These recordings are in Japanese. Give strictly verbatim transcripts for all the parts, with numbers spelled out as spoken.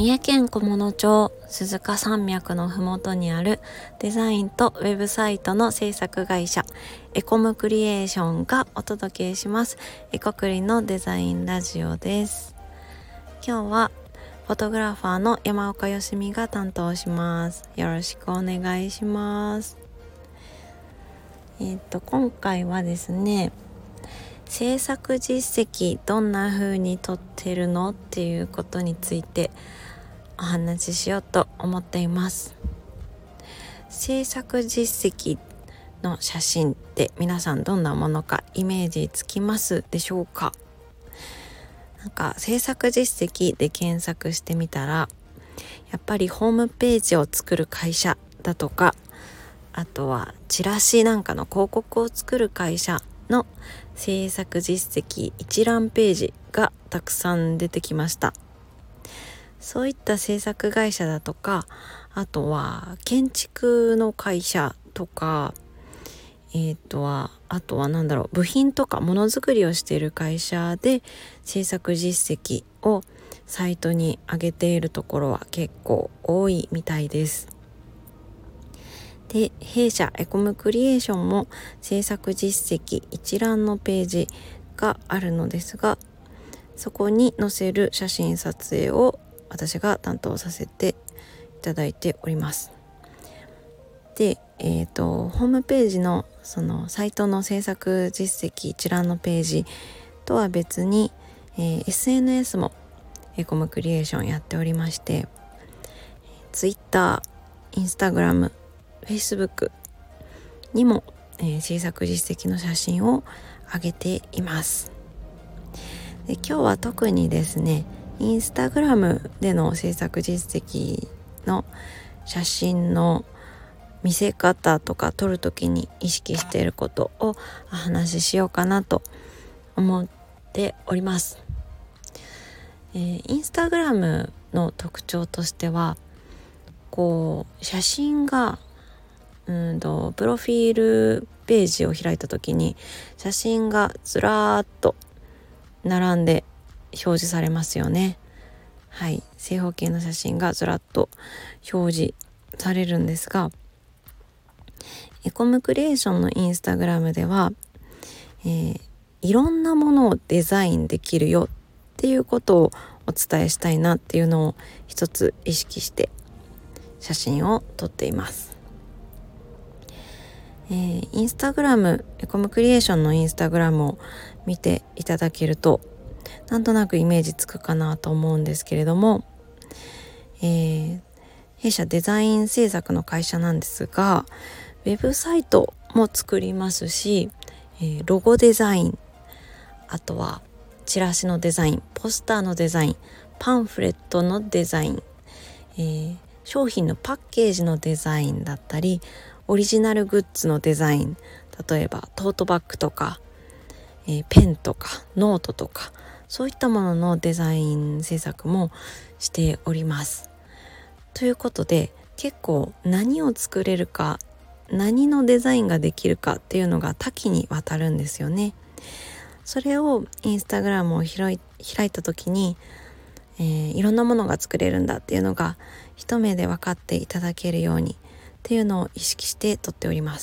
三重県菰野町鈴鹿山脈のふもとにあるデザインとウェブサイトの制作会社エコムクリエーションがお届けします。エコクリのデザインラジオです。今日はフォトグラファーの山岡よしみが担当します。よろしくお願いします。えっと今回はですね、制作実績どんな風に撮ってるのっていうことについてお話ししようと思っています。制作実績の写真って皆さんどんなものかイメージつきますでしょうか？なんか制作実績で検索してみたら、やっぱりホームページを作る会社だとか、あとはチラシなんかの広告を作る会社の制作実績一覧ページがたくさん出てきました。そういった制作会社だとか、あとは建築の会社とか、えー、とはあとはなんだろう部品とかものづくりをしている会社で制作実績をサイトに上げているところは結構多いみたいです。で、弊社エコムクリエーションも制作実績一覧のページがあるのですが、そこに載せる写真撮影を私が担当させていただいております。で、えーと、ホームページのそのサイトの制作実績一覧のページとは別に、えー、エスエヌエス もエコムクリエーションやっておりまして、Twitter、Instagram、Facebook にも、えー、制作実績の写真を上げています。で、今日は特にですね、インスタグラムでの制作実績の写真の見せ方とか撮るときに意識していることをお話ししようかなと思っております。えー、インスタグラムの特徴としては、こう写真がうんとプロフィールページを開いたときに写真がずらーっと並んで表示されますよね。はい、正方形の写真がずらっと表示されるんですが、エコムクリエーションのインスタグラムでは、えー、いろんなものをデザインできるよっていうことをお伝えしたいなっていうのを一つ意識して写真を撮っています。えー、インスタグラムエコムクリエーションのインスタグラムを見ていただけるとなんとなくイメージつくかなと思うんですけれども、えー、弊社デザイン制作の会社なんですが、ウェブサイトも作りますし、えー、ロゴデザイン、あとはチラシのデザイン、ポスターのデザイン、パンフレットのデザイン、えー、商品のパッケージのデザインだったり、オリジナルグッズのデザイン、例えばトートバッグとか、えー、ペンとかノートとか、そういったもののデザイン制作もしております。ということで、結構何を作れるか、何のデザインができるかっていうのが多岐にわたるんですよね。それをインスタグラムを開い、開いた時に、えー、いろんなものが作れるんだっていうのが一目で分かっていただけるようにっていうのを意識して撮っております。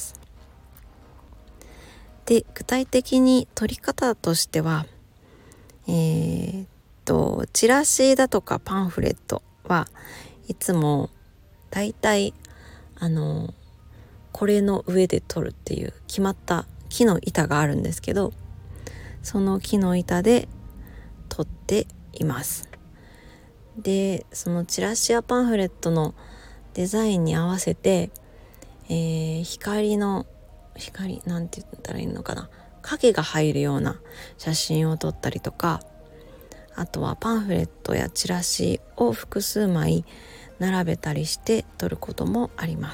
で、具体的に撮り方としては、えー、っとチラシだとかパンフレットはいつもだいたいあのこれの上で撮るっていう決まった木の板があるんですけど、その木の板で撮っています。で、そのチラシやパンフレットのデザインに合わせて、えー、光の光なんて言ったらいいのかな、影が入るような写真を撮ったりとか、あとはパンフレットやチラシを複数枚並べたりして撮ることもあります。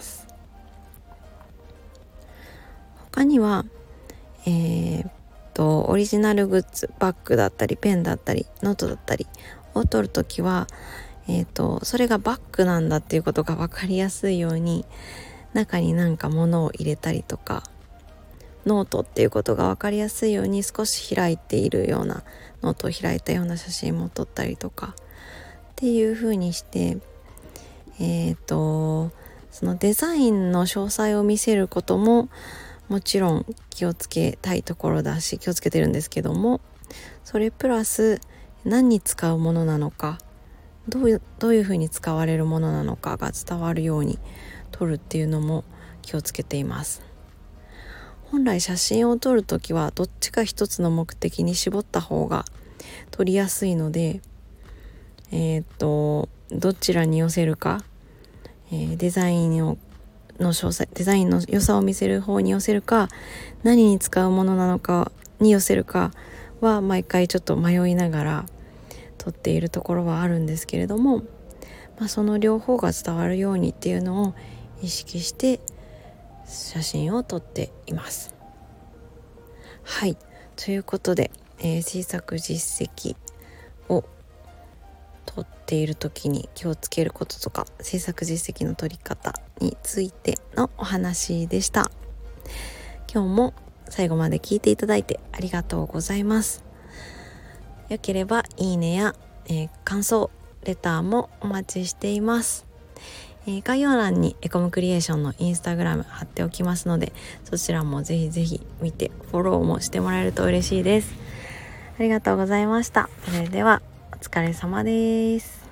他には、えー、とオリジナルグッズ、バッグだったりペンだったりノートだったりを撮るときは、えー、とそれがバッグなんだっていうことが分かりやすいように中になんか物を入れたりとか、ノートっていうことが分かりやすいように少し開いているようなノートを開いたような写真も撮ったりとかっっていう風にしてえっとそのデザインの詳細を見せることももちろん気をつけたいところだし気をつけてるんですけども、それプラス何に使うものなのか、どういう、どういうふうに使われるものなのかが伝わるように撮るっていうのも気をつけています。本来写真を撮るときはどっちか一つの目的に絞った方が撮りやすいので、えー、っとどちらに寄せるか、えー、デザインをの詳細デザインの良さを見せる方に寄せるか、何に使うものなのかに寄せるかは毎回ちょっと迷いながら撮っているところはあるんですけれども、まあ、その両方が伝わるようにっていうのを意識して写真を撮っています。はい、ということで、えー、制作実績を撮っている時に気をつけることとか制作実績の取り方についてのお話でした。今日も最後まで聞いていただいてありがとうございます。よければいいねや、えー、感想レターもお待ちしています。えー、概要欄にエコムクリエーションのインスタグラム貼っておきますので、そちらもぜひぜひ見てフォローもしてもらえると嬉しいです。ありがとうございました。それではお疲れ様です。